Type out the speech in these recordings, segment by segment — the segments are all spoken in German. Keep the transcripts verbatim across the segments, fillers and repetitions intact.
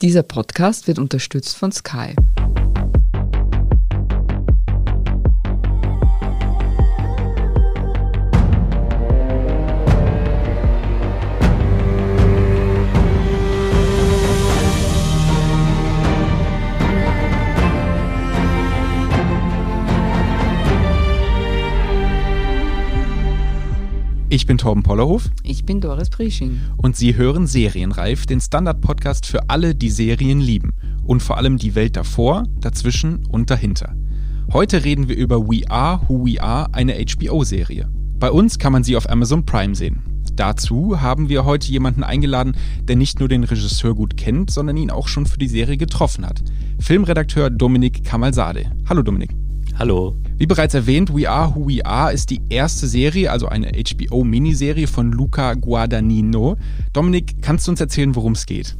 Dieser Podcast wird unterstützt von Sky. Ich bin Torben Pollerhof. Ich bin Doris Priesching. Und Sie hören Serienreif, den Standard-Podcast für alle, die Serien lieben. Und vor allem die Welt davor, dazwischen und dahinter. Heute reden wir über We Are Who We Are, eine H B O-Serie. Bei uns kann man sie auf Amazon Prime sehen. Dazu haben wir heute jemanden eingeladen, der nicht nur den Regisseur gut kennt, sondern ihn auch schon für die Serie getroffen hat. Filmredakteur Dominik Kamalzadeh. Hallo Dominik. Hallo. Wie bereits erwähnt, We Are Who We Are ist die erste Serie, also eine H B O-Miniserie von Luca Guadagnino. Dominik, kannst du uns erzählen, worum es geht?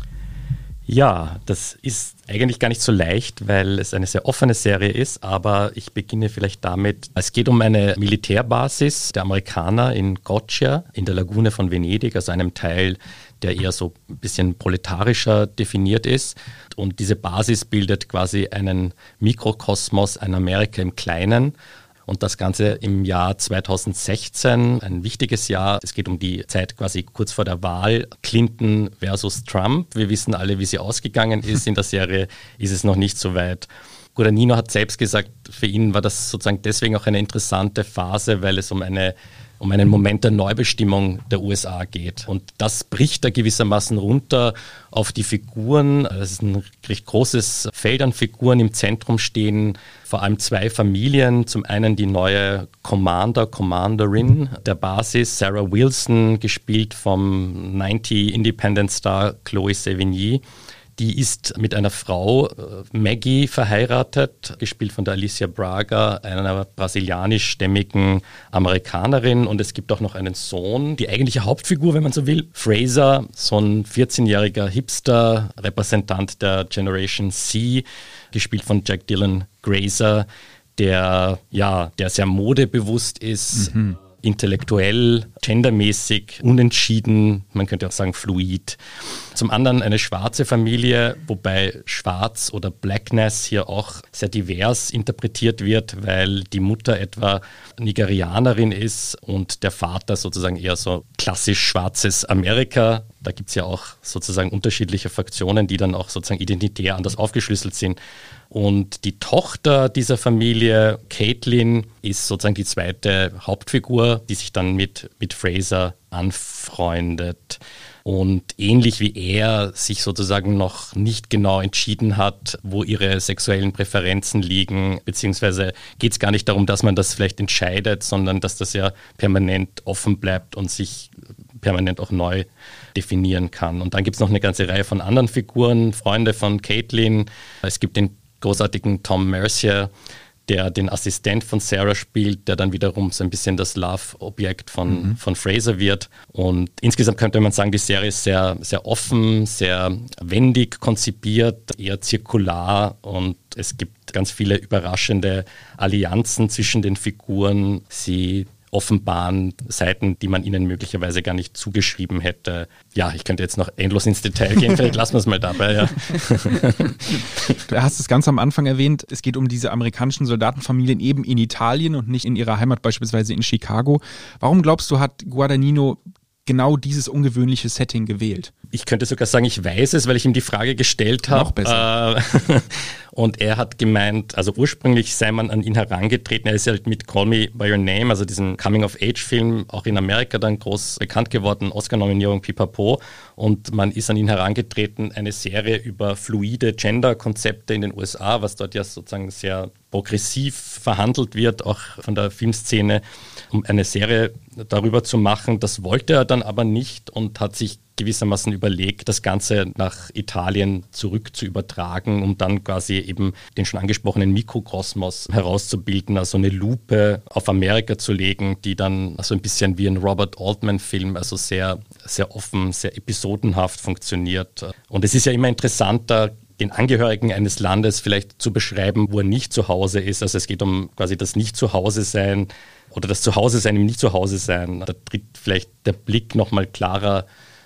Ja, das ist eigentlich gar nicht so leicht, weil es eine sehr offene Serie ist, aber ich beginne vielleicht damit. Es geht um eine Militärbasis der Amerikaner in Goccia, in der Lagune von Venedig, also einem Teil, der eher so ein bisschen proletarischer definiert ist. Und diese Basis bildet quasi einen Mikrokosmos, ein Amerika im Kleinen. Und das Ganze im Jahr zweitausendsechzehn, ein wichtiges Jahr. Es geht um die Zeit quasi kurz vor der Wahl, Clinton versus Trump. Wir wissen alle, wie sie ausgegangen ist. In der Serie ist es noch nicht so weit. Guadagnino hat selbst gesagt, für ihn war das sozusagen deswegen auch eine interessante Phase, weil es um eine um einen Moment der Neubestimmung der U S A geht. Und das bricht da gewissermaßen runter auf die Figuren. Das ist ein recht großes Feld an Figuren. Im Zentrum stehen vor allem zwei Familien. Zum einen die neue Commander, Commanderin der Basis, Sarah Wilson, gespielt vom neunzig Independent-Star Chloe Sevigny. Die ist mit einer Frau, Maggie, verheiratet, gespielt von der Alicia Braga, einer brasilianischstämmigen Amerikanerin. Und es gibt auch noch einen Sohn, die eigentliche Hauptfigur, wenn man so will, Fraser, so ein vierzehnjähriger Hipster, Repräsentant der Generation C, gespielt von Jack Dylan Grazer, der, ja, der sehr modebewusst ist, mhm. intellektuell, gendermäßig, unentschieden, man könnte auch sagen fluid. Zum anderen eine schwarze Familie, wobei Schwarz oder Blackness hier auch sehr divers interpretiert wird, weil die Mutter etwa Nigerianerin ist und der Vater sozusagen eher so klassisch schwarzes Amerika. Da gibt es ja auch sozusagen unterschiedliche Fraktionen, die dann auch sozusagen identitär anders aufgeschlüsselt sind. Und die Tochter dieser Familie, Caitlin, ist sozusagen die zweite Hauptfigur, die sich dann mit, mit Fraser anfreundet. Und ähnlich wie er sich sozusagen noch nicht genau entschieden hat, wo ihre sexuellen Präferenzen liegen, beziehungsweise geht es gar nicht darum, dass man das vielleicht entscheidet, sondern dass das ja permanent offen bleibt und sich permanent auch neu definieren kann. Und dann gibt es noch eine ganze Reihe von anderen Figuren, Freunde von Caitlin. Es gibt den großartigen Tom Mercier, der den Assistent von Sarah spielt, der dann wiederum so ein bisschen das Love-Objekt von, mhm. von Fraser wird. Und insgesamt könnte man sagen, die Serie ist sehr, sehr offen, sehr wendig konzipiert, eher zirkular und es gibt ganz viele überraschende Allianzen zwischen den Figuren. Sie offenbaren Seiten, die man ihnen möglicherweise gar nicht zugeschrieben hätte. Ja, ich könnte jetzt noch endlos ins Detail gehen, vielleicht lassen wir es mal dabei. Ja. Du hast es ganz am Anfang erwähnt, es geht um diese amerikanischen Soldatenfamilien eben in Italien und nicht in ihrer Heimat, beispielsweise in Chicago. Warum glaubst du, hat Guadagnino genau dieses ungewöhnliche Setting gewählt? Ich könnte sogar sagen, ich weiß es, weil ich ihm die Frage gestellt habe. Noch besser. Äh, und er hat gemeint, also ursprünglich sei man an ihn herangetreten, er ist ja mit Call Me By Your Name, also diesem Coming-of-Age-Film, auch in Amerika dann groß bekannt geworden, Oscar-Nominierung Pipapo. Und man ist an ihn herangetreten, eine Serie über fluide Gender-Konzepte in den U S A, was dort ja sozusagen sehr progressiv verhandelt wird, auch von der Filmszene, um eine Serie darüber zu machen. Das wollte er dann aber nicht und hat sich gewissermaßen überlegt, das Ganze nach Italien zurück zu übertragen, um dann quasi eben den schon angesprochenen Mikrokosmos herauszubilden, also eine Lupe auf Amerika zu legen, die dann so ein bisschen wie ein Robert Altman-Film, also sehr, sehr offen, sehr episodenhaft funktioniert. Und es ist ja immer interessanter, den Angehörigen eines Landes vielleicht zu beschreiben, wo er nicht zu Hause ist. Also es geht um quasi das Nicht-Zuhause-Sein oder das Zuhause-Sein im Nicht-Zuhause-Sein. Da tritt vielleicht der Blick nochmal klarer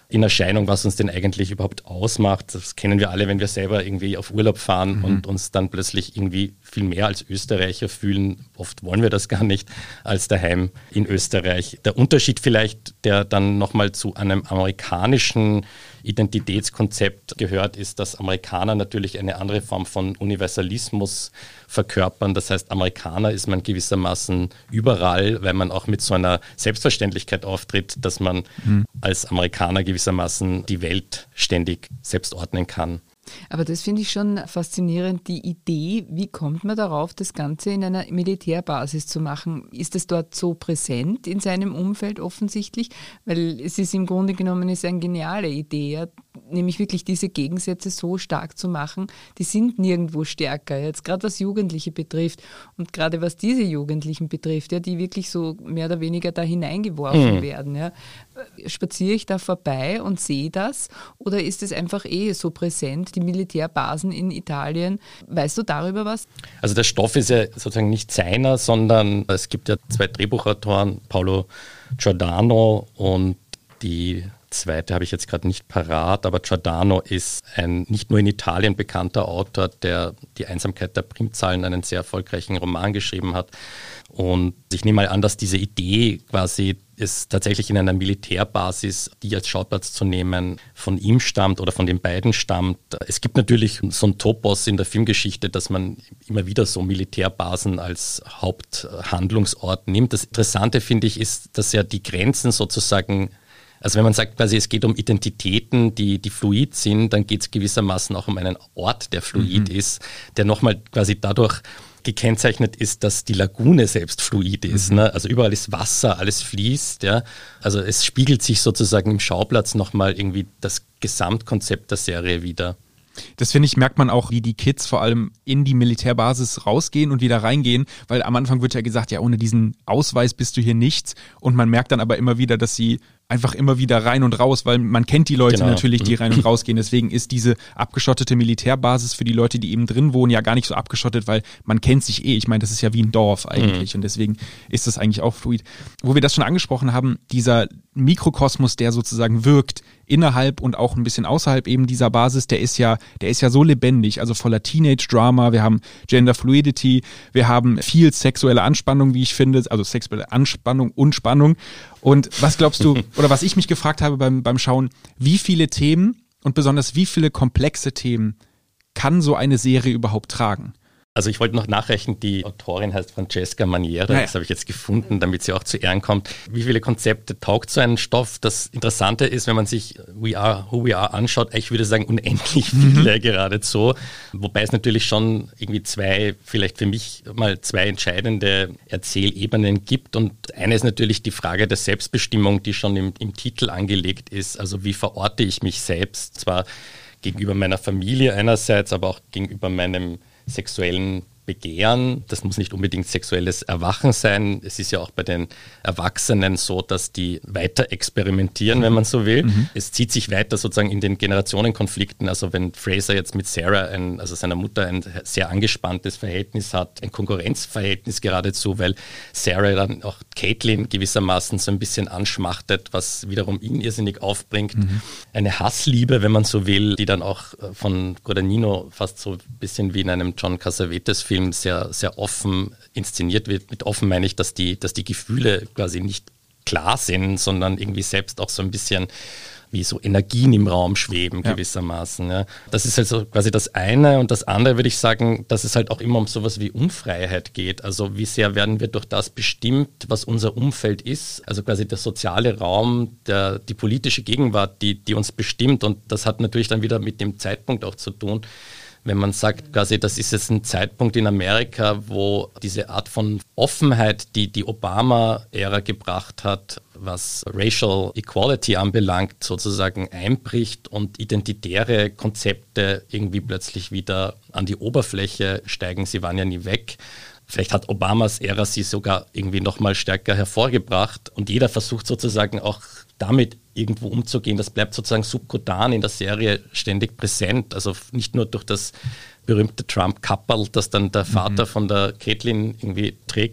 in Erscheinung, was uns denn eigentlich überhaupt ausmacht. Das kennen wir alle, wenn wir selber irgendwie auf Urlaub fahren mhm. und uns dann plötzlich irgendwie viel mehr als Österreicher fühlen. Oft wollen wir das gar nicht, als daheim in Österreich. Der Unterschied vielleicht, der dann nochmal zu einem amerikanischen Identitätskonzept gehört, ist, dass Amerikaner natürlich eine andere Form von Universalismus verkörpern. Das heißt, Amerikaner ist man gewissermaßen überall, weil man auch mit so einer Selbstverständlichkeit auftritt, dass man mhm. als Amerikaner gewissermaßen die Welt ständig selbst ordnen kann. Aber das finde ich schon faszinierend, die Idee, wie kommt man darauf, das Ganze in einer Militärbasis zu machen? Ist es dort so präsent in seinem Umfeld offensichtlich? Weil es ist im Grunde genommen ist eine geniale Idee, ja? Nämlich wirklich diese Gegensätze so stark zu machen, die sind nirgendwo stärker, jetzt gerade was Jugendliche betrifft und gerade was diese Jugendlichen betrifft, ja, die wirklich so mehr oder weniger da hineingeworfen mhm. werden. Ja. Spaziere ich da vorbei und sehe das oder ist es einfach eh so präsent, die Militärbasen in Italien? Weißt du darüber was? Also der Stoff ist ja sozusagen nicht seiner, sondern es gibt ja zwei Drehbuchautoren, Paolo Giordano und die zweite habe ich jetzt gerade nicht parat, aber Giordano ist ein nicht nur in Italien bekannter Autor, der Die Einsamkeit der Primzahlen, einen sehr erfolgreichen Roman geschrieben hat. Und ich nehme mal an, dass diese Idee quasi ist tatsächlich in einer Militärbasis, die als Schauplatz zu nehmen, von ihm stammt oder von den beiden stammt. Es gibt natürlich so einen Topos in der Filmgeschichte, dass man immer wieder so Militärbasen als Haupthandlungsort nimmt. Das Interessante, finde ich, ist, dass ja die Grenzen sozusagen, also wenn man sagt quasi, es geht um Identitäten, die, die fluid sind, dann geht es gewissermaßen auch um einen Ort, der fluid mhm. ist, der nochmal quasi dadurch gekennzeichnet ist, dass die Lagune selbst fluid ist. Mhm. Ne? Also überall ist Wasser, alles fließt. Ja? Also es spiegelt sich sozusagen im Schauplatz nochmal irgendwie das Gesamtkonzept der Serie wider. Das finde ich, merkt man auch, wie die Kids vor allem in die Militärbasis rausgehen und wieder reingehen, weil am Anfang wird ja gesagt, ja, ohne diesen Ausweis bist du hier nichts und man merkt dann aber immer wieder, dass sie einfach immer wieder rein und raus, weil man kennt die Leute genau. natürlich, die rein und rausgehen. Deswegen ist diese abgeschottete Militärbasis für die Leute, die eben drin wohnen, ja gar nicht so abgeschottet, weil man kennt sich eh. Ich meine, das ist ja wie ein Dorf eigentlich mhm. und deswegen ist das eigentlich auch fluid. Wo wir das schon angesprochen haben, dieser Mikrokosmos, der sozusagen wirkt innerhalb und auch ein bisschen außerhalb eben dieser Basis, der ist ja, der ist ja so lebendig, also voller Teenage-Drama, wir haben Gender Fluidity, wir haben viel sexuelle Anspannung, wie ich finde, also sexuelle Anspannung und Spannung. Und was glaubst du, oder was ich mich gefragt habe beim, beim Schauen, wie viele Themen und besonders wie viele komplexe Themen kann so eine Serie überhaupt tragen? Also ich wollte noch nachrechnen, die Autorin heißt Francesca Maniera, naja. das habe ich jetzt gefunden, damit sie auch zu Ehren kommt. Wie viele Konzepte taugt so ein Stoff? Das Interessante ist, wenn man sich We Are Who We Are anschaut, ich würde sagen unendlich viele mhm. geradezu. Wobei es natürlich schon irgendwie zwei, vielleicht für mich mal zwei entscheidende Erzählebenen gibt. Und eine ist natürlich die Frage der Selbstbestimmung, die schon im, im Titel angelegt ist. Also wie verorte ich mich selbst? Zwar gegenüber meiner Familie einerseits, aber auch gegenüber meinem sexuellen Begehren. Das muss nicht unbedingt sexuelles Erwachen sein. Es ist ja auch bei den Erwachsenen so, dass die weiter experimentieren, wenn man so will. Mhm. Es zieht sich weiter sozusagen in den Generationenkonflikten. Also wenn Fraser jetzt mit Sarah, ein, also seiner Mutter, ein sehr angespanntes Verhältnis hat, ein Konkurrenzverhältnis geradezu, weil Sarah dann auch Caitlin gewissermaßen so ein bisschen anschmachtet, was wiederum ihn irrsinnig aufbringt. Mhm. Eine Hassliebe, wenn man so will, die dann auch von Guadagnino fast so ein bisschen wie in einem John Cassavetes-Film sehr, sehr offen inszeniert wird. Mit offen meine ich, dass die, dass die Gefühle quasi nicht klar sind, sondern irgendwie selbst auch so ein bisschen wie so Energien im Raum schweben ja. gewissermaßen. Ja. Das ist also quasi das eine. Und das andere würde ich sagen, dass es halt auch immer um sowas wie Unfreiheit geht. Also wie sehr werden wir durch das bestimmt, was unser Umfeld ist. Also quasi der soziale Raum, der, die politische Gegenwart, die, die uns bestimmt. Und das hat natürlich dann wieder mit dem Zeitpunkt auch zu tun. Wenn man sagt, quasi, das ist jetzt ein Zeitpunkt in Amerika, wo diese Art von Offenheit, die die Obama-Ära gebracht hat, was Racial Equality anbelangt, sozusagen einbricht und identitäre Konzepte irgendwie plötzlich wieder an die Oberfläche steigen. Sie waren ja nie weg. Vielleicht hat Obamas Ära sie sogar irgendwie nochmal stärker hervorgebracht und jeder versucht sozusagen auch damit irgendwo umzugehen. Das bleibt sozusagen subkutan in der Serie ständig präsent. Also nicht nur durch das berühmte Trump-Couple, das dann der Vater mhm. von der Caitlin irgendwie trägt,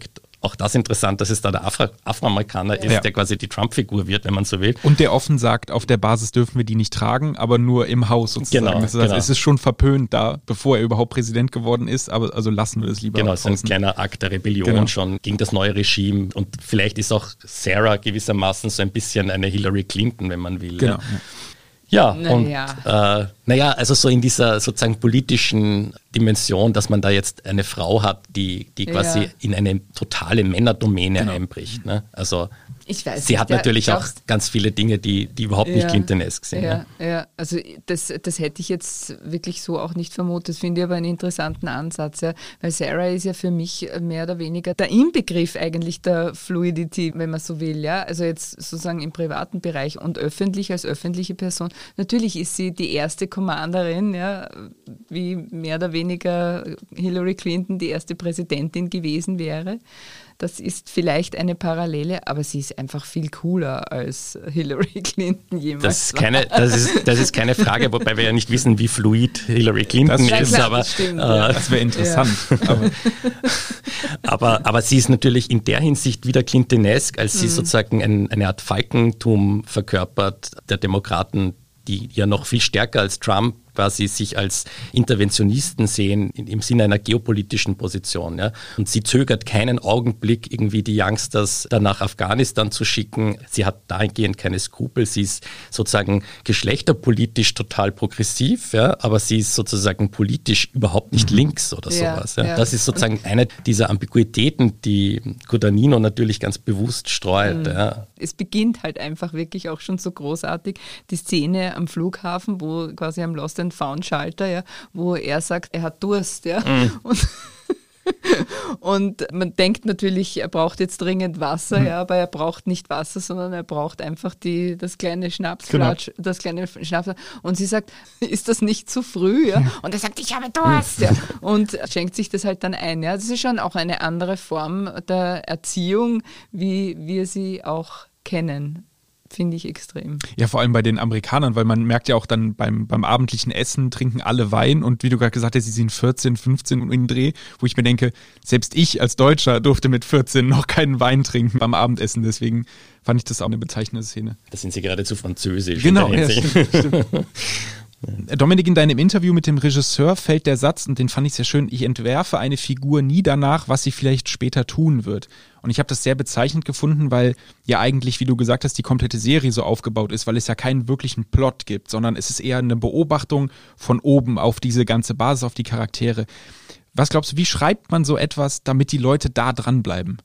auch das interessant, dass es da der Afro- Afroamerikaner ist, ja. der quasi die Trump-Figur wird, wenn man so will. Und der offen sagt, auf der Basis dürfen wir die nicht tragen, aber nur im Haus sozusagen. Genau, das heißt, genau. Es ist schon verpönt da, bevor er überhaupt Präsident geworden ist, aber also lassen wir das lieber. Genau, es ist ein draußen. kleiner Akt der Rebellion Genau. schon gegen das neue Regime. Und vielleicht ist auch Sarah gewissermaßen so ein bisschen eine Hillary Clinton, wenn man will. Genau. Ja. Ja, Naja. und äh, naja, also so in dieser sozusagen politischen Dimension, dass man da jetzt eine Frau hat, die, die quasi Ja. in eine totale Männerdomäne Genau. einbricht. Ne? Also Ich weiß sie nicht, hat ja, natürlich auch glaubst- ganz viele Dinge, die, die überhaupt nicht Ja. Clinton-esque sind. Ja, Ne? ja, also das, das hätte ich jetzt wirklich so auch nicht vermutet. Das finde ich aber einen interessanten Ansatz, ja, weil Sarah ist ja für mich mehr oder weniger der Inbegriff eigentlich der Fluidity, wenn man so will, ja, also jetzt sozusagen im privaten Bereich und öffentlich als öffentliche Person. Natürlich ist sie die erste Commanderin, ja, wie mehr oder weniger Hillary Clinton die erste Präsidentin gewesen wäre. Das ist vielleicht eine Parallele, aber sie ist einfach viel cooler als Hillary Clinton jemals Das ist, keine, das, ist, das ist keine Frage, wobei wir ja nicht wissen, wie fluid Hillary Clinton Das ist. klar, aber, das stimmt, äh, ja. Das wäre interessant. Aber aber, aber sie ist natürlich in der Hinsicht wieder Clintonesque, als sie sozusagen ein, eine Art Falkentum verkörpert der Demokraten, die ja noch viel stärker als Trump quasi sich als Interventionisten sehen im Sinne einer geopolitischen Position. Ja. Und sie zögert keinen Augenblick, irgendwie die Youngsters dann nach Afghanistan zu schicken. Sie hat dahingehend keine Skrupel. Sie ist sozusagen geschlechterpolitisch total progressiv, ja, aber sie ist sozusagen politisch überhaupt nicht links oder Ja, sowas. Ja. ja. Das ist sozusagen eine dieser Ambiguitäten, die Guadagnino natürlich ganz bewusst streut. Ja. Es beginnt halt einfach wirklich auch schon so großartig. Die Szene am Flughafen, wo quasi am Lost and Found Schalter, ja, wo er sagt, er hat Durst, ja. Mhm. Und, und man denkt natürlich, er braucht jetzt dringend Wasser, ja, aber er braucht nicht Wasser, sondern er braucht einfach die, das kleine Schnapsflatsch, das kleine Schnaps. Und sie sagt, ist das nicht zu früh? Ja? Und er sagt, ich habe Durst. Ja. Und schenkt sich das halt dann ein. Ja. Das ist schon auch eine andere Form der Erziehung, wie wir sie auch kennen. Finde ich extrem. ja, vor allem bei den Amerikanern, weil man merkt ja auch dann beim, beim abendlichen Essen trinken alle Wein und wie du gerade gesagt hast, sie sind vierzehn, fünfzehn in den Dreh, wo ich mir denke, selbst ich als Deutscher durfte mit vierzehn noch keinen Wein trinken beim Abendessen, deswegen fand ich das auch eine bezeichnende Szene. Da sind sie geradezu französisch. Genau, in der ja, Hinsicht. stimmt, stimmt. Dominik, in deinem Interview mit dem Regisseur fällt der Satz, und den fand ich sehr schön, ich entwerfe eine Figur nie danach, was sie vielleicht später tun wird. Und ich habe das sehr bezeichnend gefunden, weil ja eigentlich, wie du gesagt hast, die komplette Serie so aufgebaut ist, weil es ja keinen wirklichen Plot gibt, sondern es ist eher eine Beobachtung von oben auf diese ganze Basis, auf die Charaktere. Was glaubst du, wie schreibt man so etwas, damit die Leute da dranbleiben?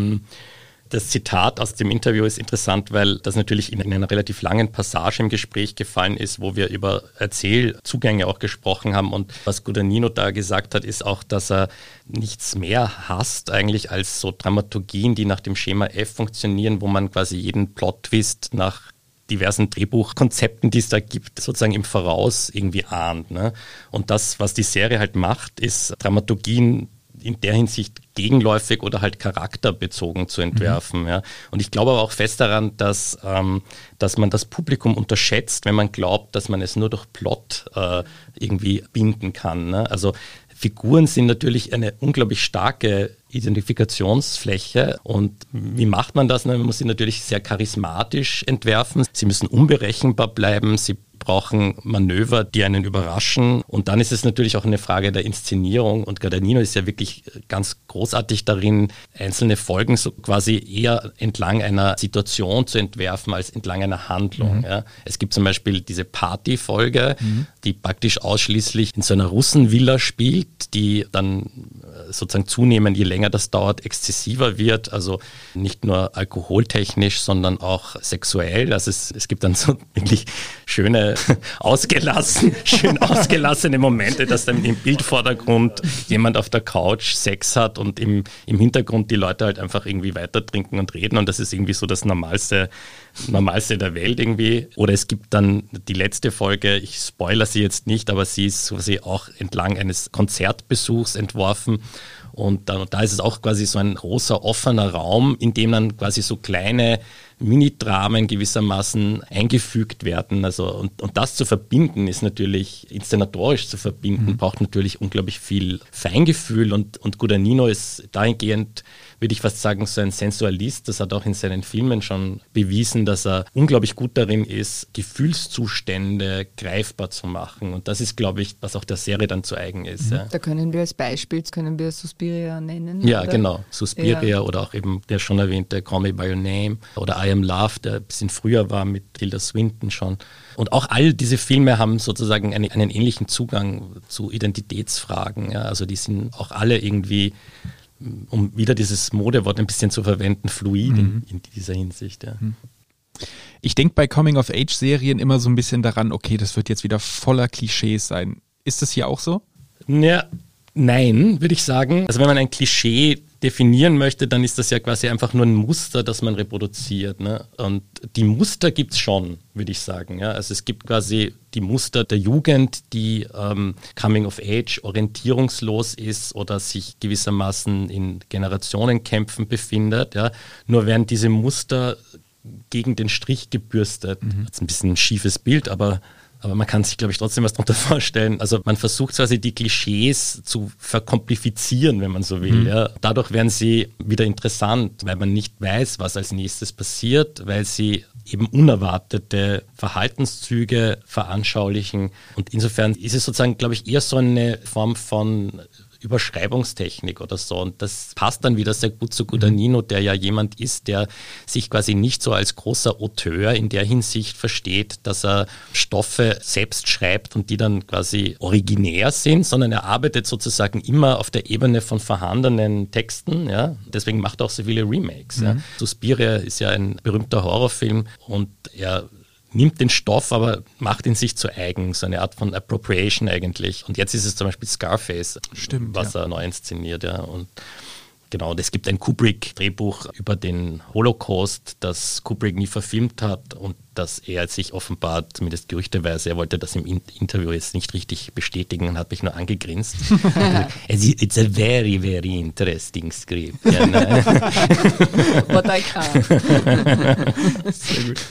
Das Zitat aus dem Interview ist interessant, weil das natürlich in einer relativ langen Passage im Gespräch gefallen ist, wo wir über Erzählzugänge auch gesprochen haben. Und was Guadagnino da gesagt hat, ist auch, dass er nichts mehr hasst eigentlich als so Dramaturgien, die nach dem Schema F funktionieren, wo man quasi jeden Plot-Twist nach diversen Drehbuchkonzepten, die es da gibt, sozusagen im Voraus irgendwie ahnt. Ne? Und das, was die Serie halt macht, ist Dramaturgien in der Hinsicht gegenläufig oder halt charakterbezogen zu entwerfen. Mhm. Ja. Und ich glaube aber auch fest daran, dass, ähm, dass man das Publikum unterschätzt, wenn man glaubt, dass man es nur durch Plot äh, irgendwie binden kann. Ne? Also Figuren sind natürlich eine unglaublich starke Identifikationsfläche. Und wie macht man das? Man muss sie natürlich sehr charismatisch entwerfen. Sie müssen unberechenbar bleiben. Sie brauchen Manöver, die einen überraschen. Und dann ist es natürlich auch eine Frage der Inszenierung. Und Guadagnino ist ja wirklich ganz großartig darin, einzelne Folgen so quasi eher entlang einer Situation zu entwerfen, als entlang einer Handlung. Mhm. Ja. Es gibt zum Beispiel diese Party-Folge, mhm. die praktisch ausschließlich in so einer Russenvilla spielt, die dann sozusagen zunehmend, je länger das dauert, exzessiver wird. Also nicht nur alkoholtechnisch, sondern auch sexuell. Also es, es gibt dann so wirklich schöne, ausgelassen, schön ausgelassene Momente, dass dann im Bildvordergrund jemand auf der Couch Sex hat und im, im Hintergrund die Leute halt einfach irgendwie weiter trinken und reden. Und das ist irgendwie so das Normalste, Normalste der Welt irgendwie. Oder es gibt dann die letzte Folge, ich spoilere sie jetzt nicht, aber sie ist quasi auch entlang eines Konzertbesuchs entworfen. Und dann, da ist es auch quasi so ein großer offener Raum, in dem dann quasi so kleine Mini-Dramen gewissermaßen eingefügt werden. Also, und, und das zu verbinden ist natürlich, inszenatorisch zu verbinden, mhm. braucht natürlich unglaublich viel Feingefühl und, und Guadagnino ist dahingehend, würde ich fast sagen, so ein Sensualist. Das hat auch in seinen Filmen schon bewiesen, dass er unglaublich gut darin ist, Gefühlszustände greifbar zu machen. Und das ist, glaube ich, was auch der Serie dann zu eigen ist. Mhm. Ja. Da können wir als Beispiel, jetzt können wir Suspiria nennen. Ja, oder? genau. Suspiria ja. oder auch eben der schon erwähnte Call Me By Your Name oder I Am Love, der ein bisschen früher war mit Tilda Swinton schon. Und auch all diese Filme haben sozusagen einen, einen ähnlichen Zugang zu Identitätsfragen. Ja. Also die sind auch alle irgendwie, um wieder dieses Modewort ein bisschen zu verwenden, fluid mhm. in, in dieser Hinsicht. Ja. Ich denke bei Coming-of-Age-Serien immer so ein bisschen daran, okay, das wird jetzt wieder voller Klischees sein. Ist das hier auch so? Ja, nein, würde ich sagen. Also wenn man ein Klischee definieren möchte, dann ist das ja quasi einfach nur ein Muster, das man reproduziert. Ne? Und die Muster gibt es schon, würde ich sagen. Ja? Also es gibt quasi die Muster der Jugend, die ähm, Coming of Age orientierungslos ist oder sich gewissermaßen in Generationenkämpfen befindet. Ja? Nur werden diese Muster gegen den Strich gebürstet. Mhm. Das ist ein bisschen ein schiefes Bild, aber Aber man kann sich, glaube ich, trotzdem was darunter vorstellen. Also man versucht quasi die Klischees zu verkomplizieren, wenn man so will. Mhm. Ja. Dadurch werden sie wieder interessant, weil man nicht weiß, was als nächstes passiert, weil sie eben unerwartete Verhaltenszüge veranschaulichen. Und insofern ist es sozusagen, glaube ich, eher so eine Form von Überschreibungstechnik oder so. Und das passt dann wieder sehr gut zu Guadagnino, der ja jemand ist, der sich quasi nicht so als großer Auteur in der Hinsicht versteht, dass er Stoffe selbst schreibt und die dann quasi originär sind, sondern er arbeitet sozusagen immer auf der Ebene von vorhandenen Texten. Ja? Deswegen macht er auch so viele Remakes. Mhm. Ja? Suspiria ist ja ein berühmter Horrorfilm und er nimmt den Stoff, aber macht ihn sich zu eigen, so eine Art von Appropriation eigentlich. Und jetzt ist es zum Beispiel Scarface, Stimmt, was ja. er neu inszeniert. Ja. Und genau, und es gibt ein Kubrick-Drehbuch über den Holocaust, das Kubrick nie verfilmt hat und dass er sich offenbar, zumindest gerüchteweise, er wollte das im Interview jetzt nicht richtig bestätigen und hat mich nur angegrinst. It's a very, very interesting script. Ja, ne? What I can. Sehr gut.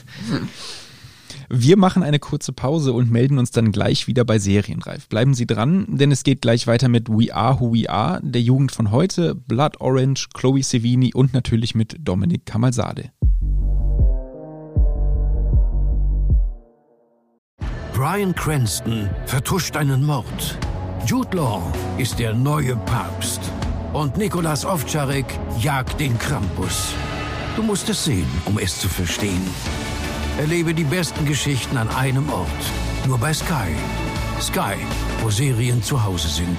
Wir machen eine kurze Pause und melden uns dann gleich wieder bei Serienreif. Bleiben Sie dran, denn es geht gleich weiter mit We Are Who We Are, der Jugend von heute, Blood Orange, Chloe Sevigny und natürlich mit Dominic Camalzade. Bryan Cranston vertuscht einen Mord. Jude Law ist der neue Papst. Und Nicolas Ovtcharek jagt den Krampus. Du musst es sehen, um es zu verstehen. Erlebe die besten Geschichten an einem Ort. Nur bei Sky. Sky, wo Serien zu Hause sind.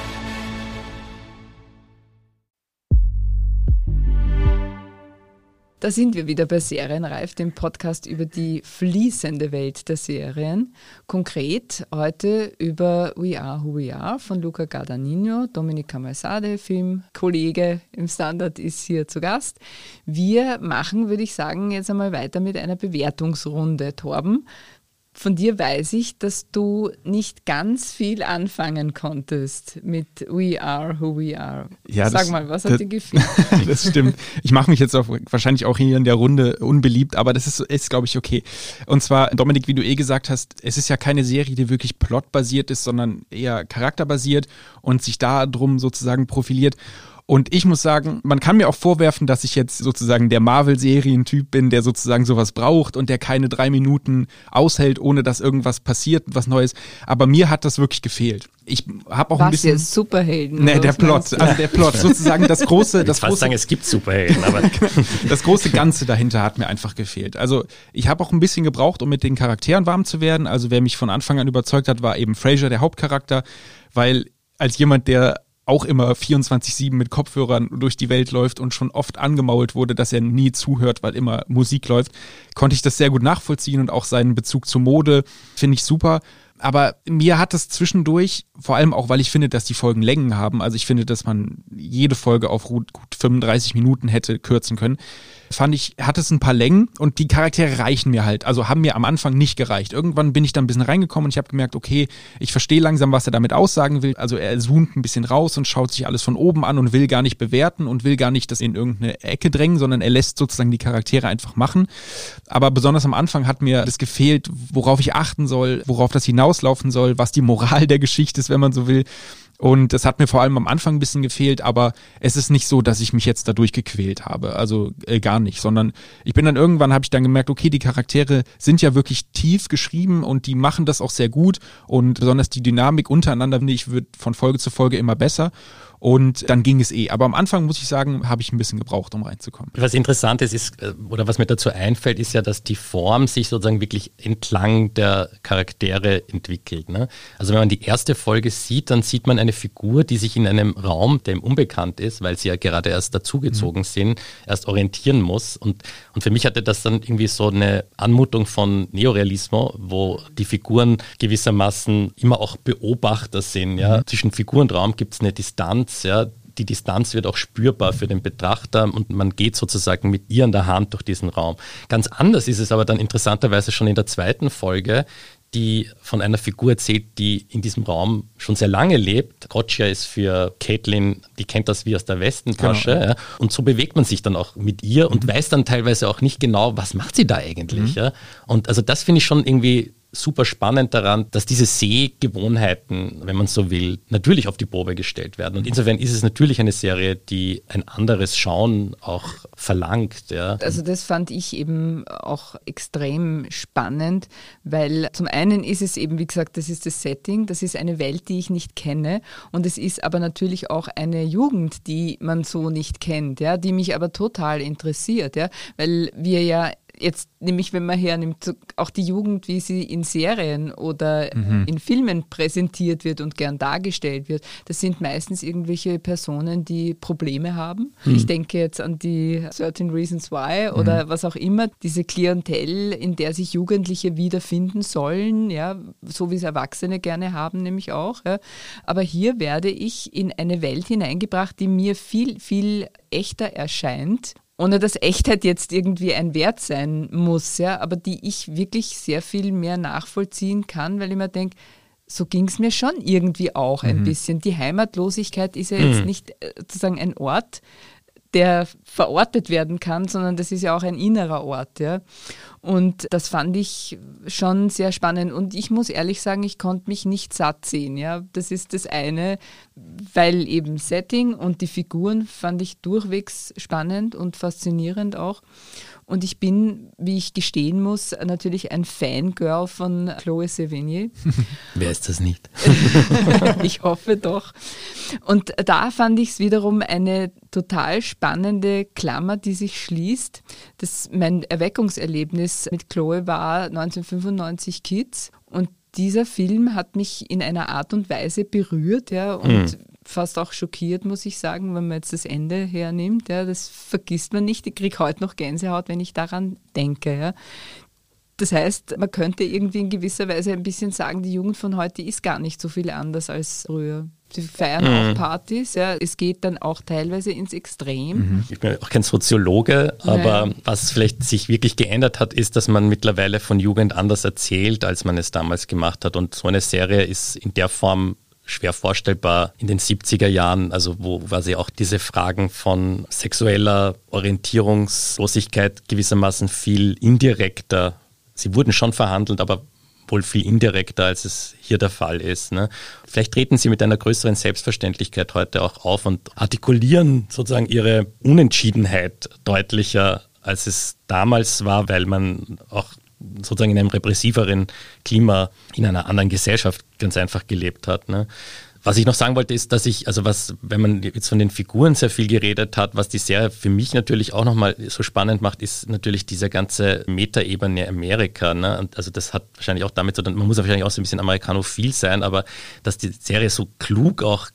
Da sind wir wieder bei Serienreif, dem Podcast über die fließende Welt der Serien. Konkret heute über We Are Who We Are von Luca Guadagnino. Dominic Camalzade, Filmkollege im Standard, ist hier zu Gast. Wir machen, würde ich sagen, jetzt einmal weiter mit einer Bewertungsrunde. Torben, von dir weiß ich, dass du nicht ganz viel anfangen konntest mit We Are Who We Are. Ja, Sag das, mal, was hat das, dir gefehlt? Das stimmt. Ich mache mich jetzt auch wahrscheinlich auch hier in der Runde unbeliebt, aber das ist, ist glaube ich, okay. Und zwar, Dominik, wie du eh gesagt hast, es ist ja keine Serie, die wirklich plotbasiert ist, sondern eher charakterbasiert und sich da drum sozusagen profiliert. Und ich muss sagen, man kann mir auch vorwerfen, dass ich jetzt sozusagen der Marvel-Serientyp bin, der sozusagen sowas braucht und der keine drei Minuten aushält, ohne dass irgendwas passiert, was Neues. Aber mir hat das wirklich gefehlt. Ich habe auch was ein bisschen... jetzt, Superhelden? Nee, der Plot, also der Plot, sozusagen das große... Das ich würde große, sagen, es gibt Superhelden, aber... Das große Ganze dahinter hat mir einfach gefehlt. Also ich habe auch ein bisschen gebraucht, um mit den Charakteren warm zu werden. Also wer mich von Anfang an überzeugt hat, war eben Frasier, der Hauptcharakter, weil als jemand, der auch immer vierundzwanzig sieben mit Kopfhörern durch die Welt läuft und schon oft angemault wurde, dass er nie zuhört, weil immer Musik läuft, konnte ich das sehr gut nachvollziehen und auch seinen Bezug zur Mode finde ich super. Aber mir hat es zwischendurch, vor allem auch, weil ich finde, dass die Folgen Längen haben, also ich finde, dass man jede Folge auf gut fünfunddreißig Minuten hätte kürzen können, fand ich, hat es ein paar Längen und die Charaktere reichen mir halt, also haben mir am Anfang nicht gereicht. Irgendwann bin ich dann ein bisschen reingekommen und ich habe gemerkt, okay, ich verstehe langsam, was er damit aussagen will. Also er zoomt ein bisschen raus und schaut sich alles von oben an und will gar nicht bewerten und will gar nicht das in irgendeine Ecke drängen, sondern er lässt sozusagen die Charaktere einfach machen. Aber besonders am Anfang hat mir das gefehlt, worauf ich achten soll, worauf das hinauslaufen soll, was die Moral der Geschichte ist, wenn man so will. Und das hat mir vor allem am Anfang ein bisschen gefehlt, aber es ist nicht so, dass ich mich jetzt dadurch gequält habe, also äh, gar nicht, sondern ich bin dann irgendwann, habe ich dann gemerkt, okay, die Charaktere sind ja wirklich tief geschrieben und die machen das auch sehr gut und besonders die Dynamik untereinander, finde ich, wird von Folge zu Folge immer besser. Und dann ging es eh. Aber am Anfang, muss ich sagen, habe ich ein bisschen gebraucht, um reinzukommen. Was interessant ist, ist, oder was mir dazu einfällt, ist ja, dass die Form sich sozusagen wirklich entlang der Charaktere entwickelt. Ne? Also wenn man die erste Folge sieht, dann sieht man eine Figur, die sich in einem Raum, der ihm unbekannt ist, weil sie ja gerade erst dazugezogen mhm. sind, erst orientieren muss. Und, und für mich hatte das dann irgendwie so eine Anmutung von Neorealismus, wo die Figuren gewissermaßen immer auch Beobachter sind. Ja? Mhm. Zwischen Figur und Raum gibt es eine Distanz. Ja, die Distanz wird auch spürbar für den Betrachter und man geht sozusagen mit ihr in der Hand durch diesen Raum. Ganz anders ist es aber dann interessanterweise schon in der zweiten Folge, die von einer Figur erzählt, die in diesem Raum schon sehr lange lebt. Gotcha ist für Caitlin, die kennt das wie aus der Westentasche. Genau. Ja, und so bewegt man sich dann auch mit ihr und mhm. weiß dann teilweise auch nicht genau, was macht sie da eigentlich. Mhm. Ja? Und also das finde ich schon irgendwie super spannend daran, dass diese Sehgewohnheiten, wenn man so will, natürlich auf die Probe gestellt werden. Und insofern ist es natürlich eine Serie, die ein anderes Schauen auch verlangt. Ja. Also das fand ich eben auch extrem spannend, weil zum einen ist es eben, wie gesagt, das ist das Setting, das ist eine Welt, die ich nicht kenne und es ist aber natürlich auch eine Jugend, die man so nicht kennt, ja, die mich aber total interessiert, ja, weil wir ja jetzt nämlich, wenn man hernimmt, auch die Jugend, wie sie in Serien oder mhm. in Filmen präsentiert wird und gern dargestellt wird, das sind meistens irgendwelche Personen, die Probleme haben. Mhm. Ich denke jetzt an die thirteen Reasons Why oder mhm. was auch immer, diese Klientel, in der sich Jugendliche wiederfinden sollen, ja, so wie es Erwachsene gerne haben, nämlich auch. Ja. Aber hier werde ich in eine Welt hineingebracht, die mir viel, viel echter erscheint. Ohne dass Echtheit jetzt irgendwie ein Wert sein muss, ja, aber die ich wirklich sehr viel mehr nachvollziehen kann, weil ich mir denke, so ging es mir schon irgendwie auch ein mhm. bisschen. Die Heimatlosigkeit ist ja jetzt mhm. nicht sozusagen ein Ort, der verortet werden kann, sondern das ist ja auch ein innerer Ort. Ja. Und das fand ich schon sehr spannend. Und ich muss ehrlich sagen, ich konnte mich nicht satt sehen. Ja. Das ist das eine, weil eben Setting und die Figuren fand ich durchwegs spannend und faszinierend auch. Und ich bin, wie ich gestehen muss, natürlich ein Fangirl von Chloe Sevigny. Wer ist das nicht? Ich hoffe doch. Und da fand ich es wiederum eine total spannende Klammer, die sich schließt. Das, mein Erweckungserlebnis mit Chloe war neunzehnhundertfünfundneunzig Kids und dieser Film hat mich in einer Art und Weise berührt, ja, und mhm. fast auch schockiert, muss ich sagen, wenn man jetzt das Ende hernimmt. Ja, das vergisst man nicht. Ich kriege heute noch Gänsehaut, wenn ich daran denke. Ja. Das heißt, man könnte irgendwie in gewisser Weise ein bisschen sagen, die Jugend von heute ist gar nicht so viel anders als früher. Sie feiern mhm. auch Partys, ja. Es geht dann auch teilweise ins Extrem. Mhm. Ich bin auch kein Soziologe, aber Nein. was vielleicht sich wirklich geändert hat, ist, dass man mittlerweile von Jugend anders erzählt, als man es damals gemacht hat. Und so eine Serie ist in der Form schwer vorstellbar in den siebziger Jahren, also wo quasi auch diese Fragen von sexueller Orientierungslosigkeit gewissermaßen viel indirekter, sie wurden schon verhandelt, aber wohl viel indirekter, als es hier der Fall ist. Ne? Vielleicht treten sie mit einer größeren Selbstverständlichkeit heute auch auf und artikulieren sozusagen ihre Unentschiedenheit deutlicher, als es damals war, weil man auch sozusagen in einem repressiveren Klima in einer anderen Gesellschaft ganz einfach gelebt hat. Ne? Was ich noch sagen wollte, ist, dass ich, also was, wenn man jetzt von den Figuren sehr viel geredet hat, was die Serie für mich natürlich auch nochmal so spannend macht, ist natürlich diese ganze Metaebene Amerika. Ne? Und also das hat wahrscheinlich auch damit, so, man muss wahrscheinlich auch so ein bisschen amerikanophil sein, aber dass die Serie so klug auch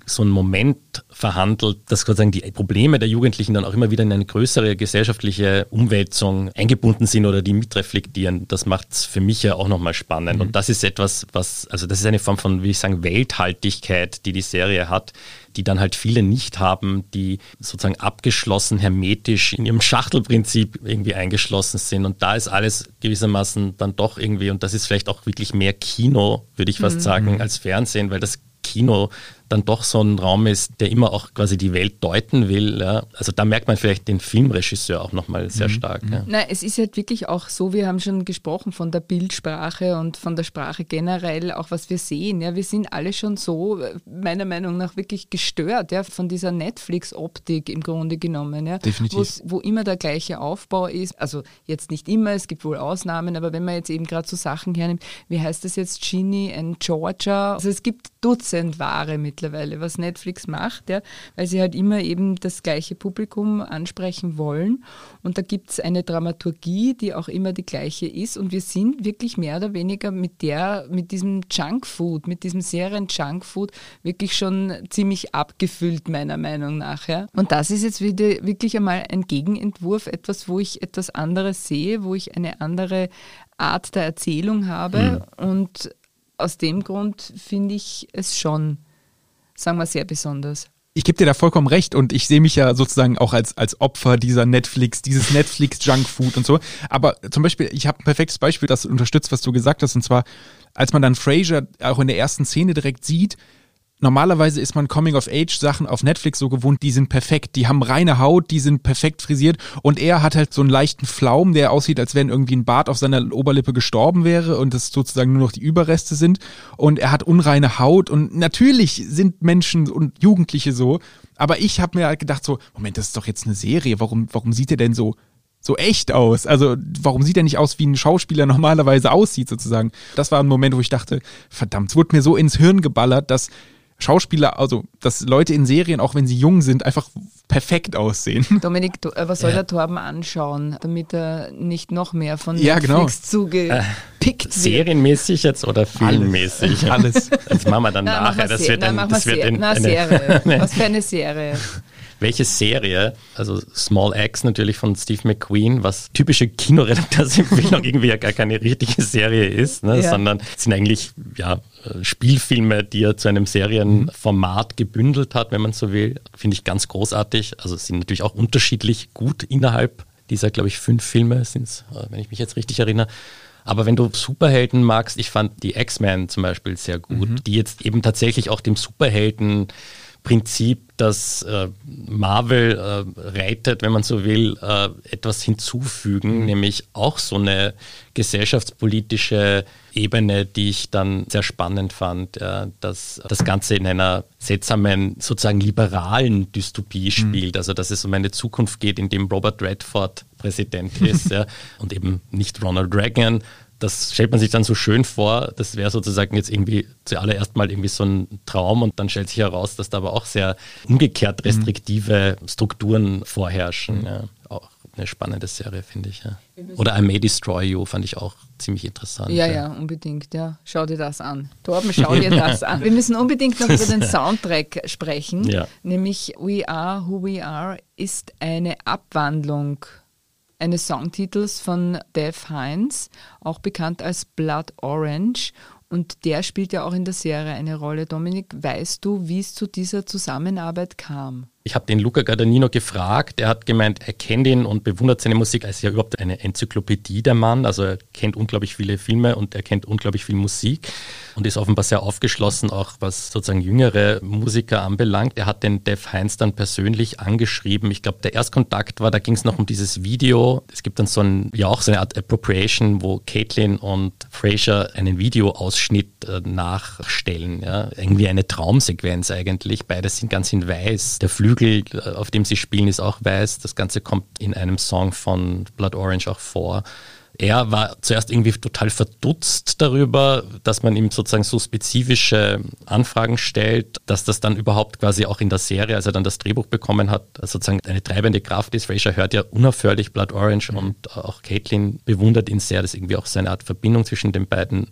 so einen Moment verhandelt, dass sozusagen die Probleme der Jugendlichen dann auch immer wieder in eine größere gesellschaftliche Umwälzung eingebunden sind oder die mitreflektieren. Das macht es für mich ja auch nochmal spannend. Mhm. Und das ist etwas, was, also das ist eine Form von, wie ich sagen, Welthaltigkeit, die die Serie hat, die dann halt viele nicht haben, die sozusagen abgeschlossen, hermetisch in ihrem Schachtelprinzip irgendwie eingeschlossen sind. Und da ist alles gewissermaßen dann doch irgendwie, und das ist vielleicht auch wirklich mehr Kino, würde ich fast mhm. sagen, als Fernsehen, weil das Kino dann doch so ein Raum ist, der immer auch quasi die Welt deuten will. Ja. Also da merkt man vielleicht den Filmregisseur auch nochmal sehr stark. Ja. Nein, es ist halt wirklich auch so, wir haben schon gesprochen von der Bildsprache und von der Sprache generell, auch was wir sehen. Ja. Wir sind alle schon so, meiner Meinung nach, wirklich gestört, ja, von dieser Netflix-Optik im Grunde genommen. Ja. Definitiv. Wo immer der gleiche Aufbau ist. Also jetzt nicht immer, es gibt wohl Ausnahmen, aber wenn man jetzt eben gerade so Sachen hernimmt, wie heißt das jetzt, Ginny and Georgia? Also es gibt Dutzend Ware mit mittlerweile, was Netflix macht, ja, weil sie halt immer eben das gleiche Publikum ansprechen wollen. Und da gibt es eine Dramaturgie, die auch immer die gleiche ist. Und wir sind wirklich mehr oder weniger mit der, mit diesem Junkfood, mit diesem Serien-Junkfood wirklich schon ziemlich abgefüllt, meiner Meinung nach. Ja. Und das ist jetzt wieder wirklich einmal ein Gegenentwurf, etwas, wo ich etwas anderes sehe, wo ich eine andere Art der Erzählung habe. Mhm. Und aus dem Grund finde ich es schon, sagen wir, sehr besonders. Ich gebe dir da vollkommen recht und ich sehe mich ja sozusagen auch als, als Opfer dieser Netflix, dieses Netflix-Junkfood und so. Aber zum Beispiel, ich habe ein perfektes Beispiel, das unterstützt, was du gesagt hast. Und zwar, als man dann Frasier auch in der ersten Szene direkt sieht, normalerweise ist man Coming-of-Age-Sachen auf Netflix so gewohnt, die sind perfekt, die haben reine Haut, die sind perfekt frisiert und er hat halt so einen leichten Flaum, der aussieht, als wenn irgendwie ein Bart auf seiner Oberlippe gestorben wäre und das sozusagen nur noch die Überreste sind und er hat unreine Haut und natürlich sind Menschen und Jugendliche so, aber ich habe mir halt gedacht so, Moment, das ist doch jetzt eine Serie, warum, warum sieht er denn so so echt aus? Also warum sieht er nicht aus, wie ein Schauspieler normalerweise aussieht sozusagen? Das war ein Moment, wo ich dachte, verdammt, es wurde mir so ins Hirn geballert, dass Schauspieler, also dass Leute in Serien, auch wenn sie jung sind, einfach perfekt aussehen. Dominik, was soll ja. der Torben anschauen, damit er nicht noch mehr von ja, Netflix genau. zugepickt wird? Serienmäßig jetzt oder filmmäßig? Alles. Das machen wir dann na, nachher. Das Se- wird, ein, na, das wird Se- ein, na, eine Serie. Was für eine Serie? Welche Serie, also Small Axe natürlich von Steve McQueen, was typische Kinoredakteursempfehlung irgendwie ja gar keine richtige Serie ist, ne, ja. sondern es sind eigentlich ja, Spielfilme, die er zu einem Serienformat gebündelt hat, wenn man so will. Finde ich ganz großartig. Also es sind natürlich auch unterschiedlich gut innerhalb dieser, glaube ich, fünf Filme sind es, wenn ich mich jetzt richtig erinnere. Aber wenn du Superhelden magst, ich fand die X-Men zum Beispiel sehr gut, mhm. die jetzt eben tatsächlich auch dem Superhelden Prinzip, das äh, Marvel äh, reitet, wenn man so will, äh, etwas hinzufügen, mhm. nämlich auch so eine gesellschaftspolitische Ebene, die ich dann sehr spannend fand, äh, dass das Ganze in einer seltsamen, sozusagen liberalen Dystopie spielt, mhm. also dass es um eine Zukunft geht, in dem Robert Redford Präsident ist ja, und eben nicht Ronald Reagan. Das stellt man sich dann so schön vor, das wäre sozusagen jetzt irgendwie zuallererst mal irgendwie so ein Traum und dann stellt sich heraus, dass da aber auch sehr umgekehrt restriktive Strukturen vorherrschen. Mhm. Ja, auch eine spannende Serie, finde ich. Ja. Oder I May Destroy You fand ich auch ziemlich interessant. Ja, ja, ja, unbedingt. Ja. Schau dir das an. Torben, schau dir das an. Wir müssen unbedingt noch über den Soundtrack sprechen, ja. nämlich We Are Who We Are ist eine Abwandlung eines Songtitels von Dev Hynes, auch bekannt als Blood Orange. Und der spielt ja auch in der Serie eine Rolle. Dominik, weißt du, wie es zu dieser Zusammenarbeit kam? Ich habe den Luca Guadagnino gefragt, er hat gemeint, er kennt ihn und bewundert seine Musik. Er ist ja überhaupt eine Enzyklopädie, der Mann, also er kennt unglaublich viele Filme und er kennt unglaublich viel Musik und ist offenbar sehr aufgeschlossen, auch was sozusagen jüngere Musiker anbelangt. Er hat den Dev Hynes dann persönlich angeschrieben. Ich glaube, der Erstkontakt war, da ging es noch um dieses Video. Es gibt dann so ein, ja auch so eine Art Appropriation, wo Caitlin und Frasier einen Videoausschnitt äh, nachstellen. Ja? Irgendwie eine Traumsequenz eigentlich. Beide sind ganz in weiß. Der Flügel, auf dem sie spielen, ist auch weiß. Das Ganze kommt in einem Song von Blood Orange auch vor. Er war zuerst irgendwie total verdutzt darüber, dass man ihm sozusagen so spezifische Anfragen stellt, dass das dann überhaupt quasi auch in der Serie, als er dann das Drehbuch bekommen hat, sozusagen eine treibende Kraft ist. Frasier hört ja unaufhörlich Blood Orange mhm. und auch Caitlin bewundert ihn sehr. Das ist irgendwie auch so eine Art Verbindung zwischen den beiden.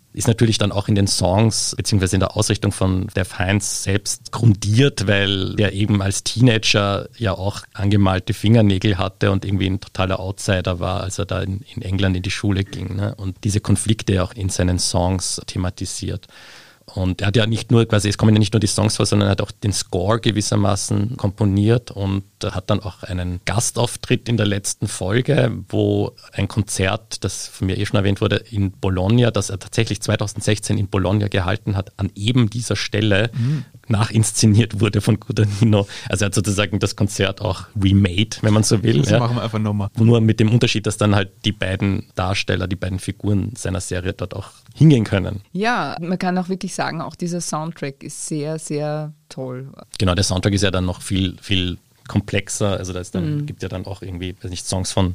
ist natürlich dann auch in den Songs beziehungsweise in der Ausrichtung von Dev Hynes selbst grundiert, weil er eben als Teenager ja auch angemalte Fingernägel hatte und irgendwie ein totaler Outsider war, als er da in, in England in die Schule ging, ne? Und diese Konflikte auch in seinen Songs thematisiert. Und er hat ja nicht nur, quasi, es kommen ja nicht nur die Songs vor, sondern er hat auch den Score gewissermaßen komponiert und hat dann auch einen Gastauftritt in der letzten Folge, wo ein Konzert, das von mir eh schon erwähnt wurde, in Bologna, das er tatsächlich zweitausendsechzehn in Bologna gehalten hat, an eben dieser Stelle mhm. nachinszeniert wurde von Guadagnino. Also er hat sozusagen das Konzert auch remade, wenn man so will. Das ja. machen wir einfach nochmal. Nur mit dem Unterschied, dass dann halt die beiden Darsteller, die beiden Figuren seiner Serie dort auch hingehen können. Ja, man kann auch wirklich sagen, auch dieser Soundtrack ist sehr, sehr toll. Genau, der Soundtrack ist ja dann noch viel, viel komplexer. Also da mhm. gibt es ja dann auch irgendwie, weiß nicht, Songs von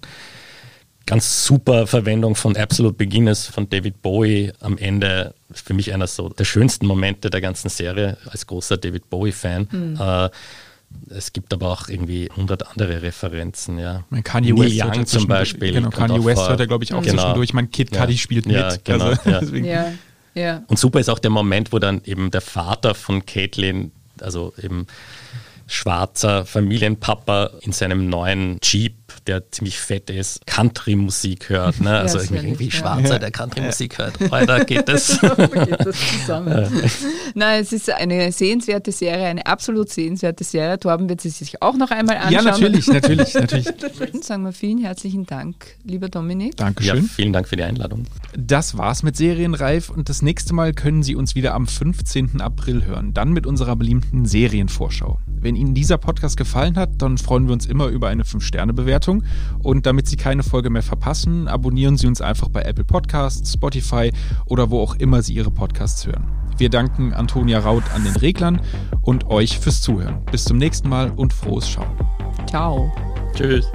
ganz super Verwendung von Absolute Beginners von David Bowie am Ende. Für mich einer so der schönsten Momente der ganzen Serie als großer David Bowie-Fan. Mhm. Äh, Es gibt aber auch irgendwie hundert andere Referenzen, ja. Kanye Neil West Young zum Beispiel. Genau, Kanye West hört er, glaube ich, auch genau. zwischendurch. Mein Kid Cudi ja. spielt mit. Ja, genau. Also, ja. Ja, ja. Und super ist auch der Moment, wo dann eben der Vater von Caitlin, also eben schwarzer Familienpapa in seinem neuen Jeep, der ziemlich fett ist, Country-Musik hört. Ne? Also ja, irgendwie, irgendwie ja. Schwarzer, der Country-Musik hört. Heute geht das. geht das zusammen. Ja. Nein, es ist eine sehenswerte Serie, eine absolut sehenswerte Serie. Torben wird sie sich auch noch einmal anschauen. Ja, natürlich, natürlich, natürlich. Sagen wir vielen herzlichen Dank, lieber Dominik. Dankeschön. Ja, vielen Dank für die Einladung. Das war's mit Serienreif und das nächste Mal können Sie uns wieder am fünfzehnten April hören, dann mit unserer beliebten Serienvorschau. Wenn Ihnen dieser Podcast gefallen hat, dann freuen wir uns immer über eine fünf Sterne Bewertung und damit Sie keine Folge mehr verpassen, abonnieren Sie uns einfach bei Apple Podcasts, Spotify oder wo auch immer Sie Ihre Podcasts hören. Wir danken Antonia Raut an den Reglern und euch fürs Zuhören. Bis zum nächsten Mal und frohes Schauen. Ciao. Tschüss.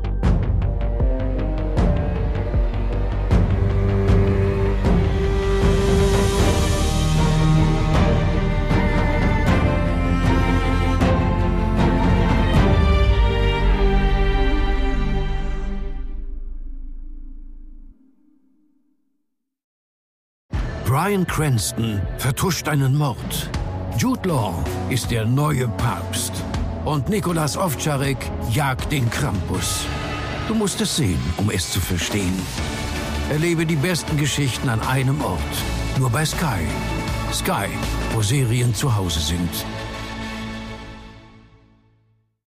Bryan Cranston vertuscht einen Mord. Jude Law ist der neue Papst. Und Nicolas Ovtcharek jagt den Krampus. Du musst es sehen, um es zu verstehen. Erlebe die besten Geschichten an einem Ort. Nur bei Sky. Sky, wo Serien zu Hause sind.